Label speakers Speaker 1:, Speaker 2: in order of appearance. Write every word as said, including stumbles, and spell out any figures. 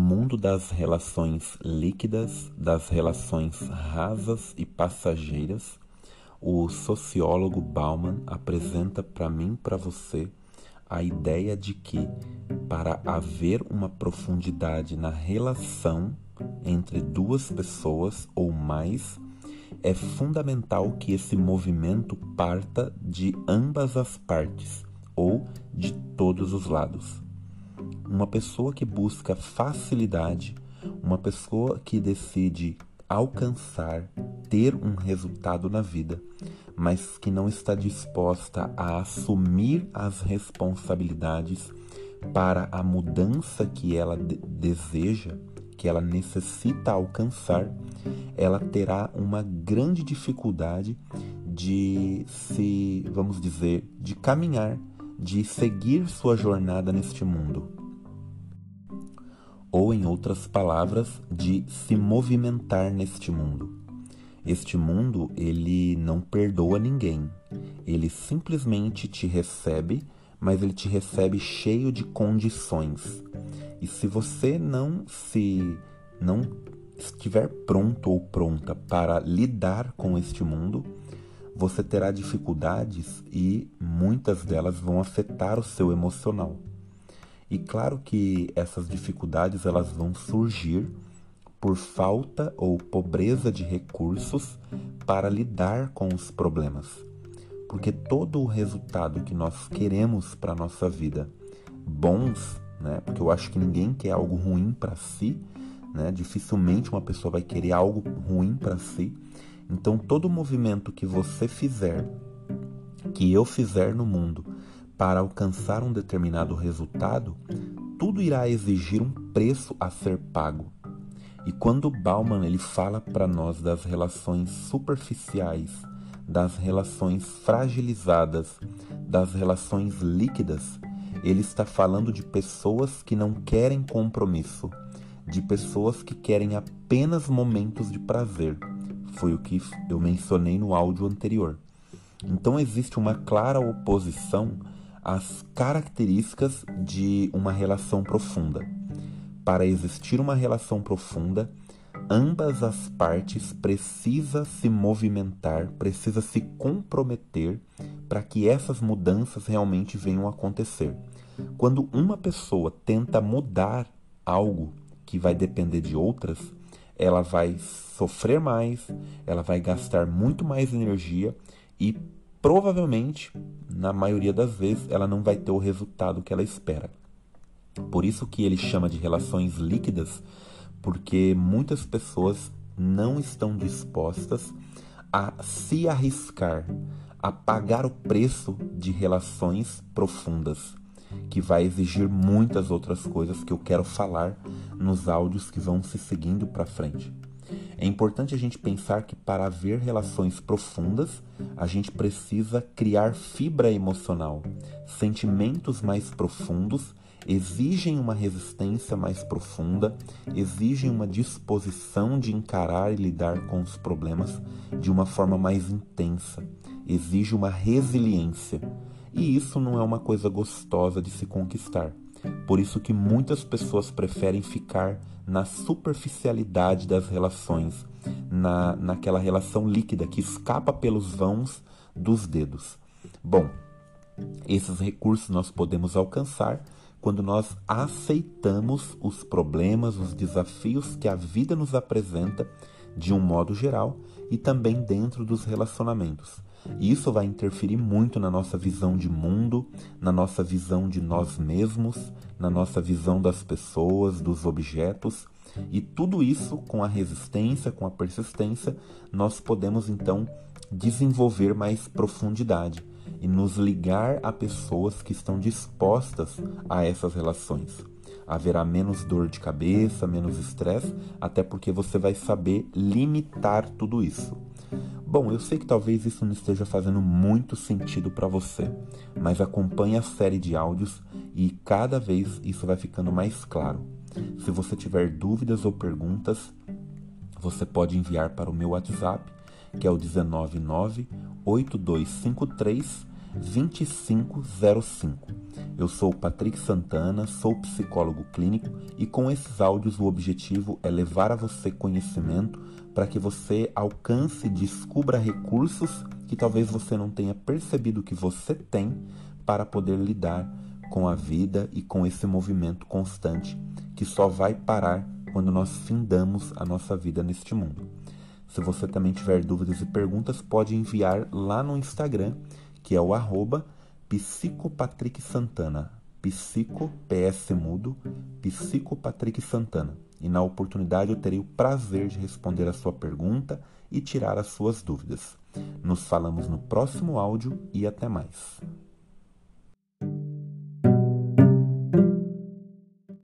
Speaker 1: mundo das relações líquidas, das relações rasas e passageiras, o sociólogo Bauman apresenta para mim e para você a ideia de que, para haver uma profundidade na relação entre duas pessoas ou mais, é fundamental que esse movimento parta de ambas as partes ou de todos os lados. Uma pessoa que busca facilidade, uma pessoa que decide alcançar, ter um resultado na vida, mas que não está disposta a assumir as responsabilidades para a mudança que ela de- deseja, que ela necessita alcançar, ela terá uma grande dificuldade de se, vamos dizer, de caminhar, de seguir sua jornada neste mundo. Ou, em outras palavras, de se movimentar neste mundo. Este mundo, ele não perdoa ninguém. Ele simplesmente te recebe, mas ele te recebe cheio de condições. E se você não se não estiver pronto ou pronta para lidar com este mundo, você terá dificuldades e muitas delas vão afetar o seu emocional. E claro que essas dificuldades elas vão surgir por falta ou pobreza de recursos para lidar com os problemas. Porque todo o resultado que nós queremos para a nossa vida, bons, né? Porque eu acho que ninguém quer algo ruim para si, né? Dificilmente uma pessoa vai querer algo ruim para si. Então todo movimento que você fizer, que eu fizer no mundo, para alcançar um determinado resultado, tudo irá exigir um preço a ser pago. E quando Bauman ele fala para nós das relações superficiais, das relações fragilizadas, das relações líquidas, ele está falando de pessoas que não querem compromisso, de pessoas que querem apenas momentos de prazer. Foi o que eu mencionei no áudio anterior. Então existe uma clara oposição às características de uma relação profunda. Para existir uma relação profunda, ambas as partes precisam se movimentar, precisam se comprometer para que essas mudanças realmente venham a acontecer. Quando uma pessoa tenta mudar algo que vai depender de outras, ela vai sofrer mais, ela vai gastar muito mais energia e provavelmente, na maioria das vezes, ela não vai ter o resultado que ela espera. Por isso que ele chama de relações líquidas, porque muitas pessoas não estão dispostas a se arriscar, a pagar o preço de relações profundas, que vai exigir muitas outras coisas que eu quero falar nos áudios que vão se seguindo para frente. É importante a gente pensar que para haver relações profundas, a gente precisa criar fibra emocional. Sentimentos mais profundos exigem uma resistência mais profunda, exigem uma disposição de encarar e lidar com os problemas de uma forma mais intensa, exige uma resiliência. E isso não é uma coisa gostosa de se conquistar. Por isso que muitas pessoas preferem ficar na superficialidade das relações, na, naquela relação líquida que escapa pelos vãos dos dedos. Bom, esses recursos nós podemos alcançar quando nós aceitamos os problemas, os desafios que a vida nos apresenta de um modo geral e também dentro dos relacionamentos. E isso vai interferir muito na nossa visão de mundo, na nossa visão de nós mesmos, na nossa visão das pessoas, dos objetos. E tudo isso, com a resistência, com a persistência, nós podemos então desenvolver mais profundidade e nos ligar a pessoas que estão dispostas a essas relações. Haverá menos dor de cabeça, menos estresse, até porque você vai saber limitar tudo isso. Bom, eu sei que talvez isso não esteja fazendo muito sentido para você, mas acompanhe a série de áudios e cada vez isso vai ficando mais claro. Se você tiver dúvidas ou perguntas, você pode enviar para o meu WhatsApp, que é o um nove nove, oito dois cinco três, dois cinco zero cinco. Eu sou o Patrick Santana, sou psicólogo clínico e com esses áudios o objetivo é levar a você conhecimento para que você alcance e descubra recursos que talvez você não tenha percebido que você tem para poder lidar com a vida e com esse movimento constante que só vai parar quando nós findamos a nossa vida neste mundo. Se você também tiver dúvidas e perguntas, pode enviar lá no Instagram, que é o arroba psicopatricksantana, psico, ps mudo, psicopatricksantana. E na oportunidade eu terei o prazer de responder a sua pergunta e tirar as suas dúvidas. Nos falamos no próximo áudio e até mais.